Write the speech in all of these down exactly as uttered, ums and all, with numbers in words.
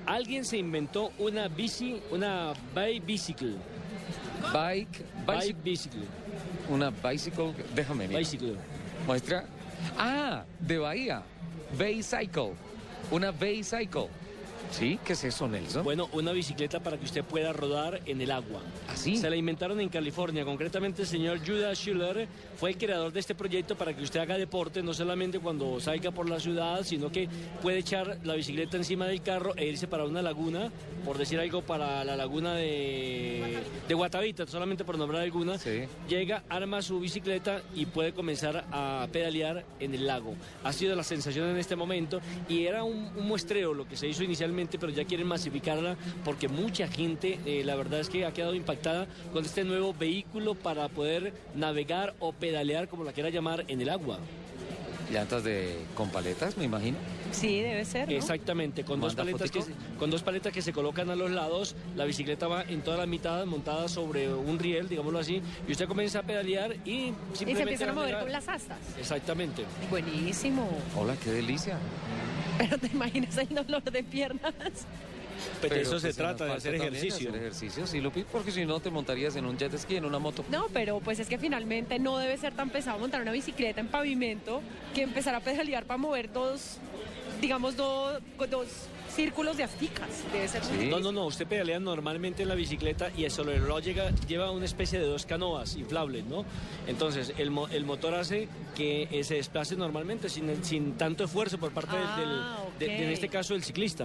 alguien se inventó una bici, una bike bicycle. Bike, Bike bicycle. bicycle. Una bicycle, déjame mirar. Bicycle. Muestra. Ah, de Bahía. Baycycle. Una Baycycle. ¿Sí? ¿Qué es eso, Nelson? Bueno, una bicicleta para que usted pueda rodar en el agua. ¿Así? Se la inventaron en California. Concretamente, el señor Judah Schuller fue el creador de este proyecto para que usted haga deporte, no solamente cuando salga por la ciudad, sino que puede echar la bicicleta encima del carro e irse para una laguna, por decir algo, para la laguna de, de Guatavita, solamente por nombrar alguna. Sí. Llega, arma su bicicleta y puede comenzar a pedalear en el lago. Ha sido la sensación en este momento y era un, un muestreo lo que se hizo inicialmente, pero ya quieren masificarla porque mucha gente, eh, la verdad es que ha quedado impactada con este nuevo vehículo para poder navegar o pedalear, como la quiera llamar, en el agua. Llantas de con paletas, me imagino. Sí, debe ser, ¿no? Exactamente, con dos, ¿Manda paletas que se, fotico? con dos paletas que se colocan a los lados, la bicicleta va en toda la mitad montada sobre un riel, digámoslo así, y usted comienza a pedalear y simplemente... Y se empiezan a mover navegar. con las astas. Exactamente. Buenísimo. Hola, qué delicia. Pero te imaginas el dolor de piernas. Pero de eso pues, se nos trata, de falta hacer también ejercicio. Hacer ejercicio, sí, Lupi, porque si no te montarías en un jet ski, en una moto. No, pero pues es que finalmente no debe ser tan pesado montar una bicicleta en pavimento que empezar a pedalear para mover dos, digamos, dos, dos círculos de asticas. Debe ser muy Sí. No, no, no, usted pedalea normalmente en la bicicleta y eso lo llega, lleva una especie de dos canoas inflables, ¿no? Entonces, el, mo- el motor hace que eh, se desplace normalmente sin, sin tanto esfuerzo por parte del- del, Ah, de- de- en ok. este caso, del ciclista.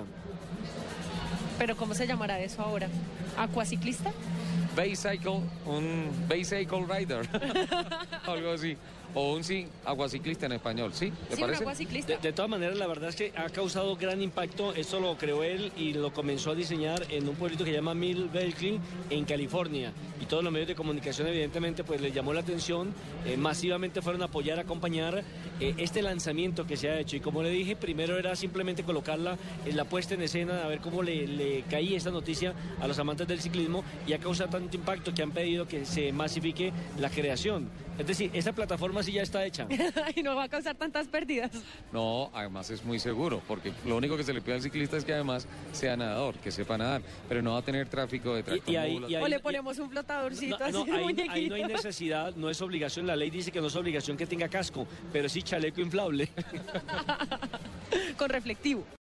Pero ¿cómo se llamará eso ahora? ¿Acuaciclista? Baycycle, un Baycycle Rider. Algo así. O un sí, aguaciclista en español, ¿sí? ¿Te Sí, un parece? acuaciclista. De, de todas maneras, la verdad es que ha causado gran impacto. Esto lo creó él y lo comenzó a diseñar en un pueblito que se llama Mill Valley, en California. Y todos los medios de comunicación, evidentemente, pues les llamó la atención. Eh, masivamente fueron a apoyar, a acompañar eh, este lanzamiento que se ha hecho. Y como le dije, primero era simplemente colocarla en la puesta en escena, a ver cómo le, le caía esta noticia a los amantes del ciclismo, y ha causado tanto impacto que han pedido que se masifique la creación. Es decir, esa plataforma sí ya está hecha. Y no va a causar tantas pérdidas. No, además es muy seguro, porque lo único que se le pide al ciclista es que además sea nadador, que sepa nadar, pero no va a tener tráfico de Y- y ahí- tractomulas. y ahí- O le ponemos un flotadorcito No, no, así de ahí, muñequito. ahí no hay necesidad, no es obligación. La ley dice que no es obligación que tenga casco, pero sí chaleco inflable. Con reflectivo.